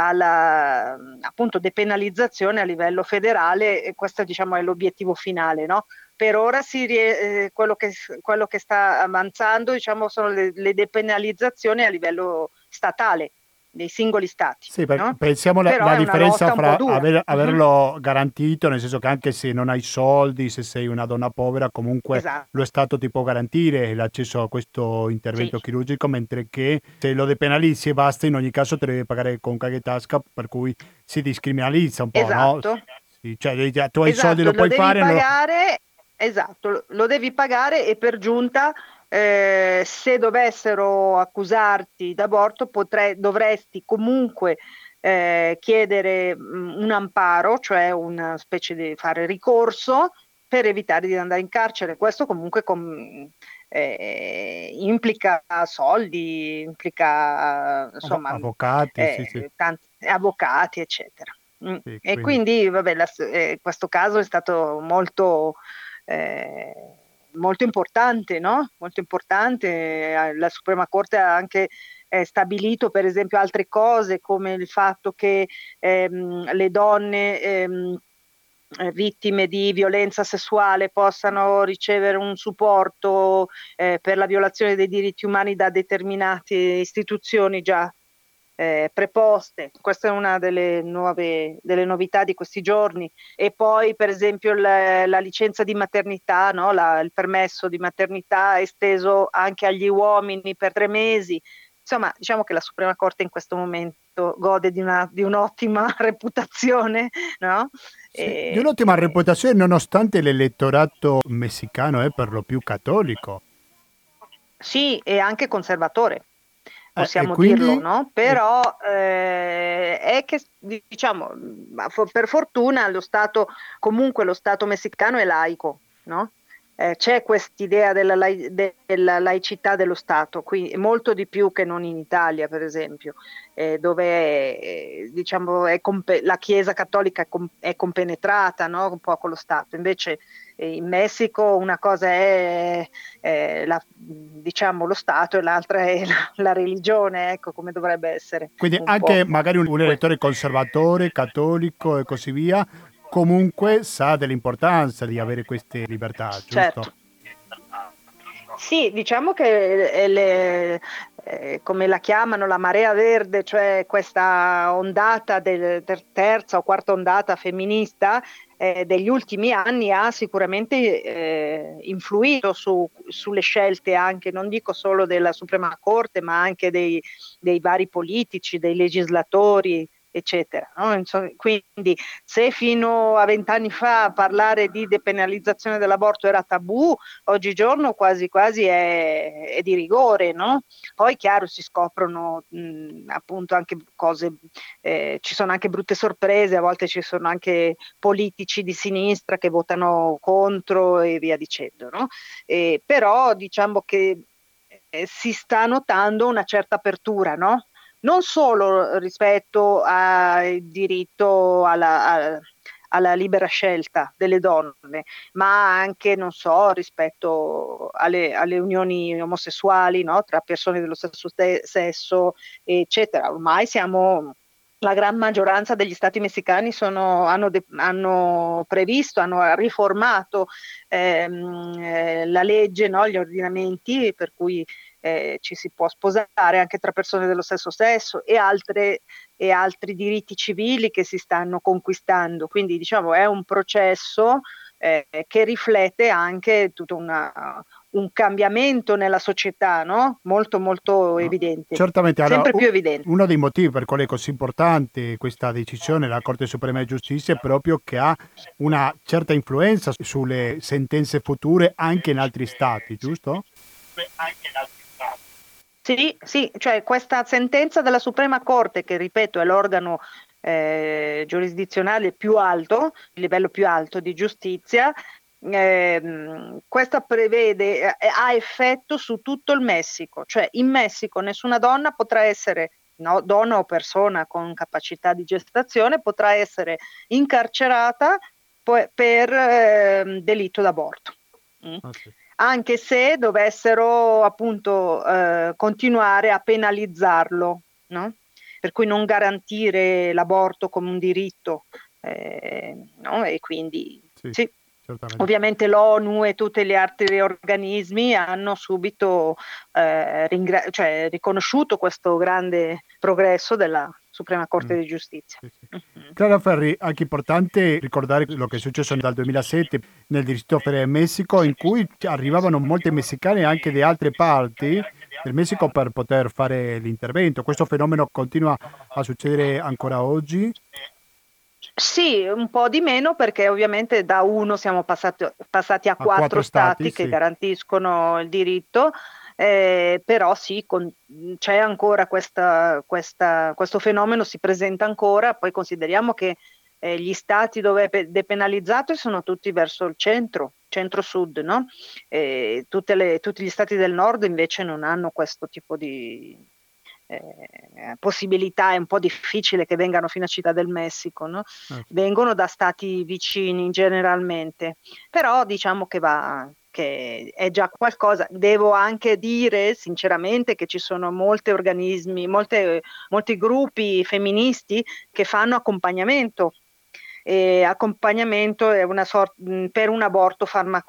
Speaker 5: alla appunto depenalizzazione a livello federale, e questo diciamo è l'obiettivo finale, no? Per ora si, eh, quello, che, quello che sta avanzando, diciamo, sono le, le depenalizzazioni a livello statale. dei singoli stati.
Speaker 2: Sì, per-
Speaker 5: No?
Speaker 2: pensiamo alla
Speaker 5: Però
Speaker 2: la
Speaker 5: è una
Speaker 2: differenza
Speaker 5: lotta un po'
Speaker 2: fra
Speaker 5: dura.
Speaker 2: aver-
Speaker 5: Mhm.
Speaker 2: averlo garantito, nel senso che anche se non hai soldi, se sei una donna povera, comunque
Speaker 5: Esatto,
Speaker 2: lo Stato ti può garantire l'accesso a questo
Speaker 5: sì,
Speaker 2: intervento chirurgico, mentre che se lo depenalizzi e basta, in ogni caso te lo devi pagare con caga e tasca, per cui si discriminalizza un po', no?
Speaker 5: esatto.
Speaker 2: Sì, cioè, devi- tu hai i soldi,
Speaker 5: Esatto,
Speaker 2: lo
Speaker 5: lo
Speaker 2: puoi
Speaker 5: devi
Speaker 2: fare, non lo-
Speaker 5: pagare, esatto, lo lo devi pagare e per giunta eh, se dovessero accusarti d'aborto potre- dovresti comunque eh, chiedere mm, un amparo, cioè una specie di fare ricorso per evitare di andare in carcere. Questo comunque com- eh, implica soldi, implica
Speaker 2: av-
Speaker 5: insomma
Speaker 2: avvocati, sì, sì,
Speaker 5: eh, tanti avvocati, eccetera. Mm.
Speaker 2: sì,
Speaker 5: E
Speaker 2: quindi
Speaker 5: quindi, vabbè, la- eh, questo caso è stato molto, eh, molto importante, no? Molto importante. Eh, La Suprema Corte ha anche eh, stabilito, per esempio, altre cose come il fatto che ehm, le donne ehm, eh, vittime di violenza sessuale possano ricevere un supporto eh, per la violazione dei diritti umani da determinate istituzioni già eh, preposte. Questa è una delle nuove delle novità di questi giorni. E poi, per esempio, la, la licenza di maternità, no? La- il permesso di maternità esteso anche agli uomini per tre mesi. Insomma, diciamo che la Suprema Corte in questo momento gode di, una, di un'ottima reputazione, no?
Speaker 2: sì, di
Speaker 5: E,
Speaker 2: un'ottima
Speaker 5: e-
Speaker 2: reputazione nonostante l'elettorato messicano è per lo più cattolico.
Speaker 5: sì, e anche conservatore,
Speaker 2: Eh, e
Speaker 5: possiamo dirlo,
Speaker 2: quindi
Speaker 5: no?
Speaker 2: eh,
Speaker 5: Però eh, è che, diciamo, ma fo- per fortuna lo Stato, comunque lo Stato messicano è laico, no? Eh, c'è quest'idea della, lai- della laicità dello Stato, qui molto di più che non in Italia, per esempio, eh, dove eh, diciamo, è compe- la Chiesa cattolica è, com- è compenetrata, no? Un po' con lo Stato. Invece eh, in Messico una cosa è eh, la- diciamo lo Stato e l'altra è la, la religione, ecco come dovrebbe essere
Speaker 2: Quindi
Speaker 5: un po'.
Speaker 2: anche magari un, un elettore conservatore, cattolico e così via, comunque sa dell'importanza di avere queste libertà, giusto?
Speaker 5: Certo. Sì, diciamo che eh, le- eh, come la chiamano la marea verde, cioè questa ondata del, ter- terza o quarta ondata femminista eh, degli ultimi anni ha sicuramente eh, influito su- sulle scelte anche, non dico solo della Suprema Corte, ma anche dei, dei vari politici, dei legislatori, eccetera, no? Insomma, quindi se fino a vent'anni fa parlare di depenalizzazione dell'aborto era tabù, oggigiorno quasi quasi è, è di rigore, no? Poi chiaro si scoprono mh, appunto anche cose, eh, ci sono anche brutte sorprese, a volte ci sono anche politici di sinistra che votano contro e via dicendo, no? E, però diciamo che eh, si sta notando una certa apertura, no? Non solo rispetto al diritto alla, a- alla libera scelta delle donne, ma anche, non so, rispetto alle, alle unioni omosessuali, no? Tra persone dello stesso ste- sesso, eccetera. Ormai siamo, la gran maggioranza degli stati messicani sono- hanno, de- hanno previsto, hanno riformato ehm, eh, la legge, no? Gli ordinamenti per cui eh, ci si può sposare anche tra persone dello stesso sesso e altre e altri diritti civili che si stanno conquistando. Quindi diciamo è un processo eh, che riflette anche tutto una, un cambiamento nella società, no? Molto molto
Speaker 2: No.
Speaker 5: evidente,
Speaker 2: Certamente, allora,
Speaker 5: sempre
Speaker 2: u-
Speaker 5: più evidente.
Speaker 2: uno dei motivi per quale è così importante questa decisione della Corte Suprema di Giustizia è proprio che ha una certa influenza sulle sentenze future anche in altri stati, giusto?
Speaker 5: Sì, sì, cioè questa sentenza della Suprema Corte, che ripeto è l'organo eh, giurisdizionale più alto, il livello più alto di giustizia, ehm, questa prevede, eh, ha effetto su tutto il Messico, cioè in Messico nessuna donna potrà essere, no, donna o persona con capacità di gestazione, potrà essere incarcerata po- per ehm, delitto d'aborto. Mm.
Speaker 2: Ah, sì.
Speaker 5: Anche se dovessero appunto eh, continuare a penalizzarlo, no? Per cui non garantire l'aborto come un diritto, eh, no? E quindi
Speaker 2: Sì.
Speaker 5: sì.
Speaker 2: certamente.
Speaker 5: Ovviamente l'ONU e tutti gli altri organismi hanno subito eh, ringra- cioè, riconosciuto questo grande progresso della Suprema Corte
Speaker 2: Mm.
Speaker 5: di Giustizia.
Speaker 2: Sì, sì.
Speaker 5: Mhm.
Speaker 2: Clara Ferri, anche importante ricordare quello che è successo dal duemilasette nel Distrito Federale del Messico, in cui arrivavano molte messicane anche di altre parti del Messico per poter fare l'intervento. Questo fenomeno continua a succedere ancora oggi?
Speaker 5: Sì, un po' di meno perché ovviamente da uno siamo passati, passati a
Speaker 2: A quattro
Speaker 5: quattro
Speaker 2: stati,
Speaker 5: stati che
Speaker 2: sì.
Speaker 5: garantiscono il diritto, eh, però sì, con- c'è ancora questa, questa- questo fenomeno, si presenta ancora, poi consideriamo che eh, gli stati dove è pe- depenalizzato sono tutti verso il centro, centro-sud, no? E tutte le- tutti gli stati del nord invece non hanno questo tipo di eh, possibilità, è un po' difficile che vengano fino a Città del Messico, no?
Speaker 2: Eh,
Speaker 5: Vengono da stati vicini generalmente, però diciamo che va, che è già qualcosa. Devo anche dire sinceramente che ci sono molti organismi, molte, molti gruppi femministi che fanno accompagnamento. E accompagnamento è una sorta per un aborto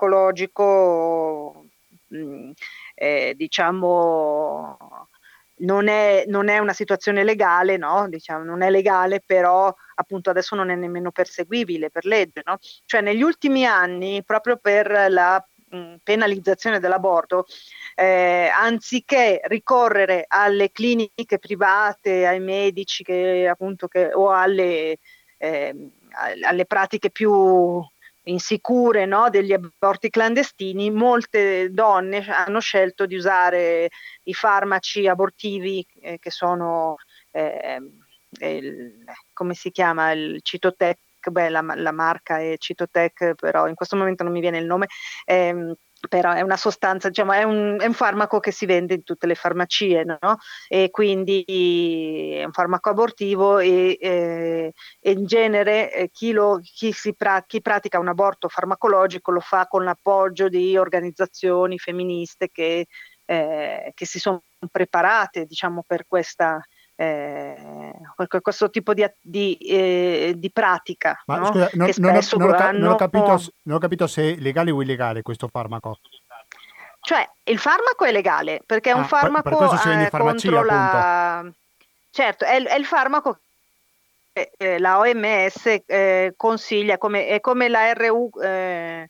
Speaker 5: farmacologico, mh, eh, diciamo, non è, non è una situazione legale, no? Diciamo, non è legale, però appunto adesso non è nemmeno perseguibile per legge, no? Cioè negli ultimi anni, proprio per la mh, penalizzazione dell'aborto, eh, anziché ricorrere alle cliniche private, ai medici che, appunto, che, o alle, eh, alle pratiche più insicure, no, degli aborti clandestini, molte donne hanno scelto di usare i farmaci abortivi eh, che sono, eh, il, come si chiama, il Citotec, beh, la, la marca è Citotec, però in questo momento non mi viene il nome, ehm, però è una sostanza, diciamo, è un, è un farmaco che si vende in tutte le farmacie, no? E quindi è un farmaco abortivo e, eh, e in genere eh, chi, lo, chi, si pra- chi pratica un aborto farmacologico lo fa con l'appoggio di organizzazioni femministe che, eh, che si sono preparate, diciamo, per questa eh, questo tipo di, di, eh, di pratica,
Speaker 2: Ma
Speaker 5: no?
Speaker 2: scusa, non,
Speaker 5: Che
Speaker 2: non ho,
Speaker 5: spesso
Speaker 2: non ho ca- non ho
Speaker 5: hanno.
Speaker 2: capito, non ho capito se è legale o illegale questo farmaco.
Speaker 5: Cioè, il farmaco è legale perché è un
Speaker 2: Ah, per, per
Speaker 5: farmaco
Speaker 2: questo si vende in
Speaker 5: eh,
Speaker 2: farmacia,
Speaker 5: contro
Speaker 2: appunto.
Speaker 5: la. Certo, è, il- è il farmaco che eh, la O M S eh, consiglia, come, è come la R U eh,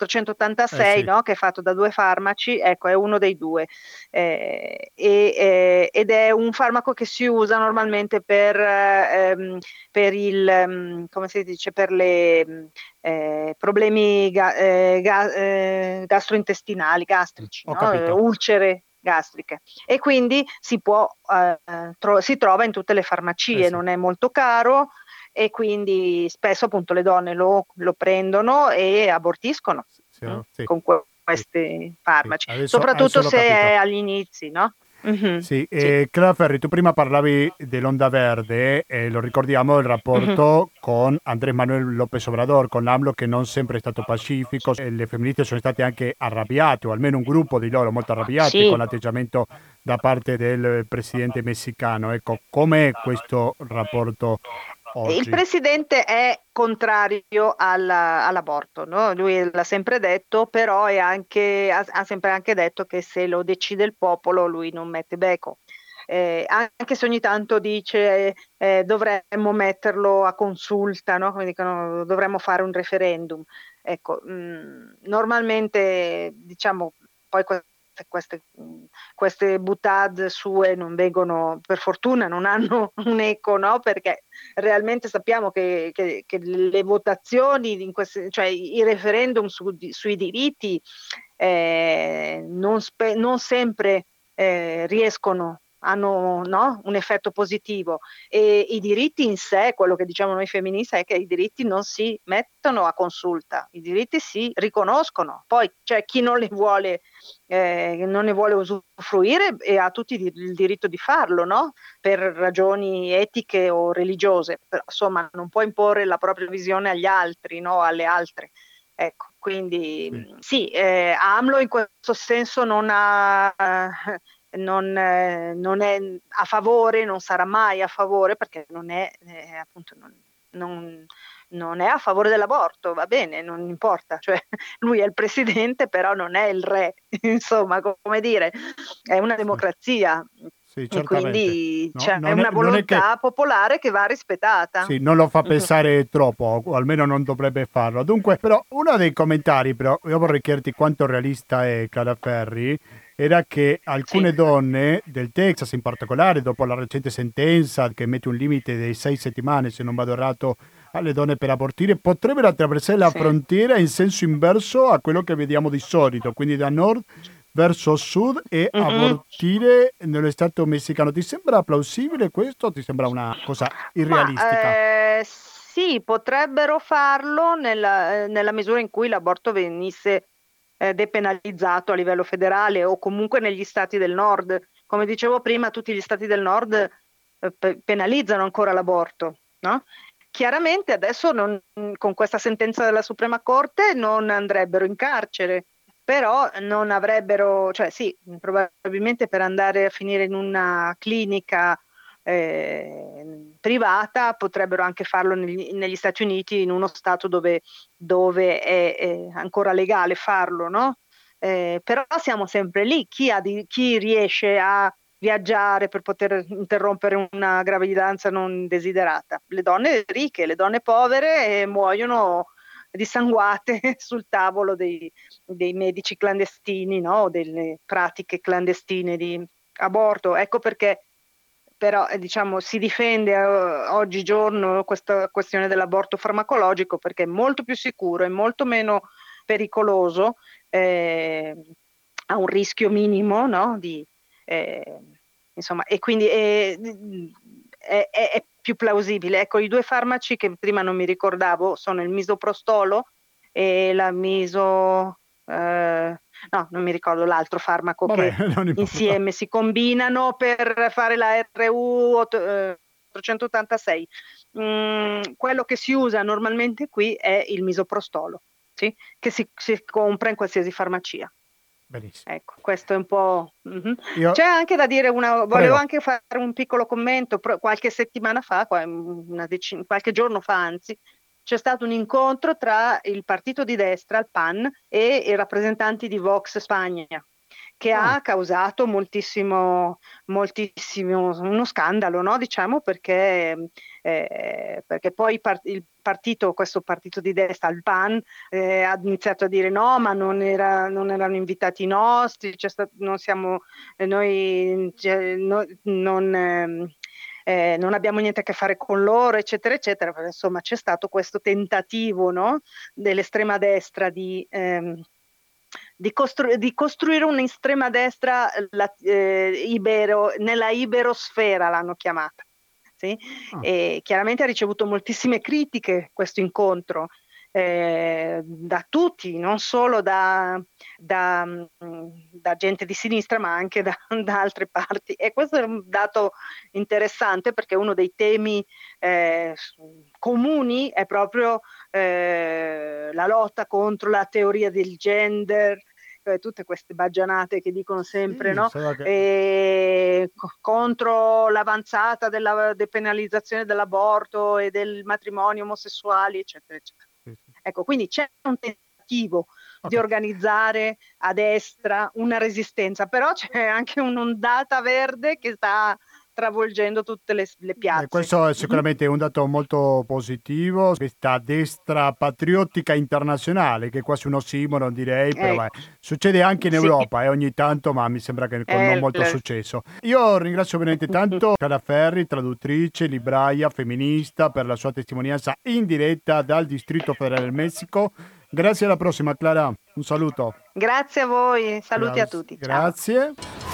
Speaker 2: Eh
Speaker 5: quattrocentottantasei,
Speaker 2: sì,
Speaker 5: no? Che è fatto da due farmaci, ecco, è uno dei due. Eh, e, eh, ed è un farmaco che si usa normalmente per, eh, ehm, per il, ehm, come si dice, per le eh, problemi ga- eh, ga- eh, gastrointestinali, gastrici,
Speaker 2: ho
Speaker 5: no? Eh,
Speaker 2: capito.
Speaker 5: ulcere gastriche e quindi si può eh, tro- si trova in tutte le
Speaker 2: Eh
Speaker 5: farmacie,
Speaker 2: sì,
Speaker 5: non è molto caro e quindi spesso appunto le donne lo, lo prendono e abortiscono
Speaker 2: sì, sì,
Speaker 5: mh,
Speaker 2: sì,
Speaker 5: con que-
Speaker 2: sì,
Speaker 5: questi
Speaker 2: sì.
Speaker 5: farmaci,
Speaker 2: Adesso, adesso
Speaker 5: soprattutto
Speaker 2: l'ho
Speaker 5: se è
Speaker 2: capito.
Speaker 5: agli inizi, no? Mhm,
Speaker 2: Sì,
Speaker 5: sì.
Speaker 2: eh, Clara Ferri, tu prima parlavi dell'Onda Verde, e lo ricordiamo il
Speaker 5: Mhm.
Speaker 2: rapporto con Andrés Manuel López Obrador, con AMLO che non sempre è stato pacifico, e le femministe sono state anche arrabbiate, o almeno un gruppo di loro molto arrabbiate con
Speaker 5: Sì.
Speaker 2: l'atteggiamento da parte del presidente messicano. Ecco, com'è questo rapporto
Speaker 5: Il
Speaker 2: oggi?
Speaker 5: presidente è contrario alla- all'aborto, no? Lui l'ha sempre detto, però è anche- ha, ha sempre anche detto che se lo decide il popolo lui non mette bacco. Eh, anche se ogni tanto dice eh, dovremmo metterlo a consulta, no? Come dicono, dovremmo fare un referendum. Ecco, mh, normalmente diciamo poi que- queste, queste boutade sue non vengono, per fortuna, non hanno un eco, no? Perché realmente sappiamo che, che- che le votazioni, in queste, cioè i referendum su- sui diritti eh, non, spe- non sempre eh, riescono, hanno no? un effetto positivo e i diritti in sé, quello che diciamo noi femministe è che i diritti non si mettono a consulta, i diritti si riconoscono, poi c'è chi non li vuole, eh, non ne vuole usufruire e ha tutti il diritto di farlo, no? Per ragioni etiche o religiose, però insomma non può imporre la propria visione agli altri, no? Alle altre. Ecco, quindi
Speaker 2: Sì.
Speaker 5: mh, sì, eh, AMLO in questo senso non ha, eh, non, eh, non è a favore, non sarà mai a favore perché non è, eh, appunto, non, non, non è a favore dell'aborto, va bene, non importa, cioè lui è il presidente, però non è il re, insomma, come dire, è una democrazia.
Speaker 2: Sì,
Speaker 5: e quindi
Speaker 2: no,
Speaker 5: c'è
Speaker 2: non
Speaker 5: una
Speaker 2: è,
Speaker 5: volontà
Speaker 2: non è che,
Speaker 5: popolare che va rispettata.
Speaker 2: sì, non lo fa pensare troppo, o almeno non dovrebbe farlo. Dunque, però, uno dei commentari, però, io vorrei chiederti quanto realista è Clara Ferri, era che alcune
Speaker 5: Sì.
Speaker 2: donne del Texas, in particolare, dopo la recente sentenza che mette un limite di sei settimane, se non vado errato, alle donne per abortire, potrebbero attraversare la
Speaker 5: Sì.
Speaker 2: frontiera in senso inverso a quello che vediamo di solito, quindi da nord verso sud e
Speaker 5: Mm-mm.
Speaker 2: abortire nello stato messicano. Ti sembra plausibile questo o ti sembra una cosa irrealistica?
Speaker 5: Ma, eh, sì, potrebbero farlo nella, eh, nella misura in cui l'aborto venisse eh, depenalizzato a livello federale o comunque negli stati del nord. Come dicevo prima, tutti gli stati del nord eh, pe- penalizzano ancora l'aborto, no? Chiaramente adesso non- con questa sentenza della Suprema Corte non andrebbero in carcere, però non avrebbero, cioè sì, probabilmente per andare a finire in una clinica eh, privata potrebbero anche farlo negli, negli Stati Uniti, in uno stato dove, dove è, è ancora legale farlo, no? Eh, però siamo sempre lì, chi, ha di, chi riesce a viaggiare per poter interrompere una gravidanza non desiderata? Le donne ricche, le donne povere eh, muoiono dissanguate sul tavolo dei, dei medici clandestini, no? Delle pratiche clandestine di aborto. Ecco perché però eh, diciamo si difende eh, oggigiorno questa questione dell'aborto farmacologico perché è molto più sicuro, è molto meno pericoloso, eh, ha un rischio minimo, no? Di, eh, insomma, e quindi è, è, è più plausibile. Ecco, i due farmaci che prima non mi ricordavo sono il misoprostolo e la miso... Eh, no, non mi ricordo l'altro farmaco.
Speaker 2: Vabbè,
Speaker 5: che
Speaker 2: non importa.
Speaker 5: insieme si combinano per fare la R U ottocentottantasei. Mm, quello che si usa normalmente qui è il misoprostolo, sì? Che si, si compra in qualsiasi farmacia.
Speaker 2: Benissimo.
Speaker 5: Ecco, questo è un po'. Mm-hmm.
Speaker 2: Io...
Speaker 5: C'è anche da dire una. Volevo
Speaker 2: Prego.
Speaker 5: anche fare un piccolo commento. Qualche settimana fa, una decina, qualche giorno fa, anzi, c'è stato un incontro tra il partito di destra, il P A N, e i rappresentanti di Vox Spagna, che
Speaker 2: Ah.
Speaker 5: ha causato moltissimo, moltissimo uno scandalo, no? Diciamo perché, eh, perché poi part- il partito, questo partito di destra, il P A N, eh, ha iniziato a dire no, ma non, era, non erano invitati i nostri, c'è stato, non siamo, eh, noi cioè, no, non... Eh, Eh, non abbiamo niente a che fare con loro, eccetera, eccetera, perché insomma c'è stato questo tentativo, no, dell'estrema destra di, ehm, di, costru- di costruire un'estrema destra la, eh, ibero, nella iberosfera l'hanno chiamata. Sì?
Speaker 2: Ah.
Speaker 5: E chiaramente ha ricevuto moltissime critiche questo incontro. Eh, da tutti, non solo da, da, da gente di sinistra, ma anche da, da altre parti. E questo è un dato interessante perché uno dei temi eh, comuni è proprio eh, la lotta contro la teoria del gender, eh, tutte queste baggianate che dicono sempre,
Speaker 2: Sì,
Speaker 5: no?
Speaker 2: che...
Speaker 5: E, co- contro l'avanzata della depenalizzazione dell'aborto e del matrimonio omosessuali, eccetera, eccetera. Ecco, quindi c'è un tentativo okay. di organizzare a destra una resistenza, però c'è anche un'ondata verde che sta travolgendo tutte le, le piazze.
Speaker 2: Eh, questo è sicuramente un dato molto positivo, questa destra patriottica internazionale, che è quasi un ossimoro direi, però
Speaker 5: ecco.
Speaker 2: beh, succede anche in
Speaker 5: sì.
Speaker 2: Europa e eh, ogni tanto, ma mi sembra che con
Speaker 5: eh,
Speaker 2: non molto
Speaker 5: le...
Speaker 2: successo. Io ringrazio veramente tanto Clara Ferri, traduttrice, libraia, femminista, per la sua testimonianza in diretta dal Distrito Federale del Messico. Grazie, alla prossima Clara, un saluto.
Speaker 5: Grazie a voi, saluti
Speaker 2: Grazie.
Speaker 5: a tutti. Ciao.
Speaker 2: Grazie.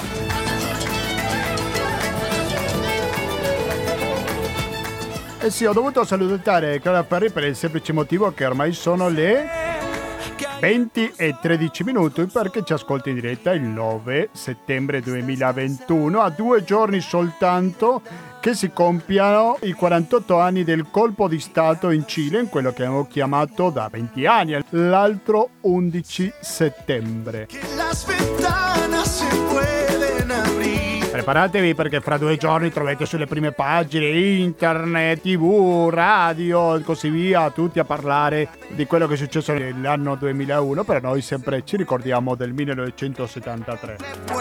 Speaker 2: Eh sì, ho dovuto salutare Clara Ferri per il semplice motivo che ormai sono le venti e tredici minuti, perché ci ascolta in diretta il nove settembre duemilaventuno, a due giorni soltanto che si compiano i quarantotto anni del colpo di Stato in Cile, in quello che abbiamo chiamato da venti anni, l'altro undici settembre. preparatevi perché fra due giorni troverete sulle prime pagine internet, tv, radio e così via, tutti a parlare di quello che è successo nell'anno duemilauno, però noi sempre ci ricordiamo del millenovecentosettantatré.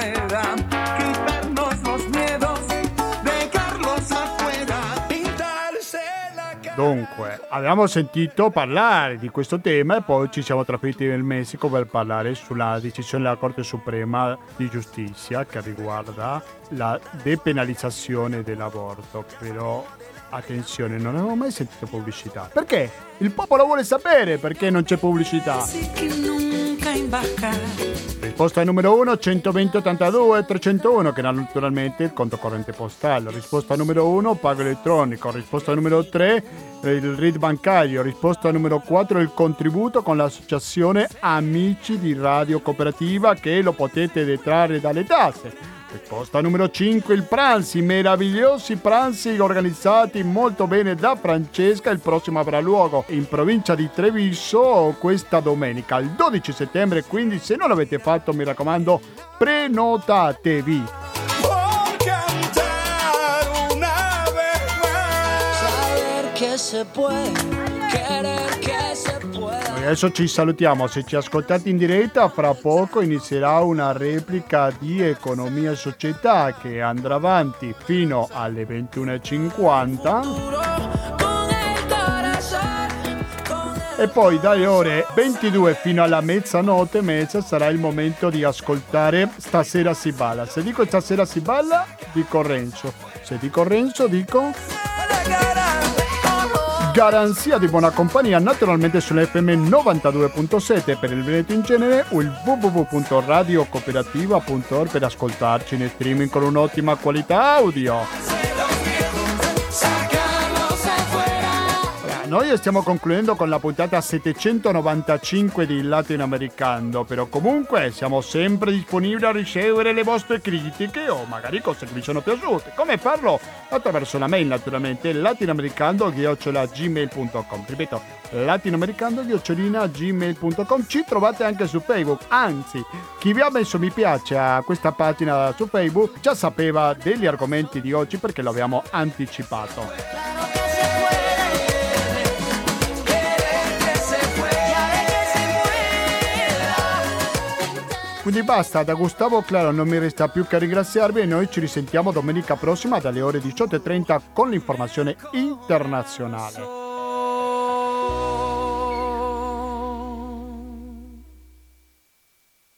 Speaker 2: Dunque, abbiamo sentito parlare di questo tema e poi ci siamo trasferiti nel Messico per parlare sulla decisione della Corte Suprema di Giustizia che riguarda la depenalizzazione dell'aborto. Però, attenzione, non avevo mai sentito pubblicità. Perché? Il popolo vuole sapere perché non c'è pubblicità. Risposta numero uno, centoventi ottantadue trecentouno, che è naturalmente il conto corrente postale. Risposta numero uno, pago elettronico. Risposta numero tre, il R I D bancario. Risposta numero quattro, il contributo con l'associazione Amici di Radio Cooperativa, che lo potete detrarre dalle tasse. Risposta numero cinque, il pranzi, meravigliosi pranzi organizzati molto bene da Francesca. Il prossimo avrà luogo in provincia di Treviso questa domenica, il dodici settembre, quindi se non l'avete fatto mi raccomando prenotatevi. Noi adesso ci salutiamo, se ci ascoltate in diretta fra poco inizierà una replica di Economia e Società che andrà avanti fino alle ventuno e cinquanta e poi dalle ore ventidue fino alla mezzanotte mezza sarà il momento di ascoltare Stasera si balla. Se dico Stasera si balla dico Renzo, se dico Renzo dico Garanzia di buona compagnia, naturalmente sull'F M novantadue virgola sette per il Veneto in genere o il w w w punto radio cooperativa punto org per ascoltarci in streaming con un'ottima qualità audio. Noi stiamo concludendo con la puntata settecentonovantacinque di Latinoamericano, però comunque siamo sempre disponibili a ricevere le vostre critiche o magari cose che vi sono piaciute. Come farlo? Attraverso la mail naturalmente, latinoamericano chiocciola gmail punto com. Ripeto, latinoamericano chiocciola gmail punto com. Ci trovate anche su Facebook, anzi, chi vi ha messo mi piace a questa pagina su Facebook già sapeva degli argomenti di oggi perché lo abbiamo anticipato. Quindi basta, da Gustavo Claro non mi resta più che ringraziarvi e noi ci risentiamo domenica prossima dalle ore diciotto e trenta con l'informazione internazionale.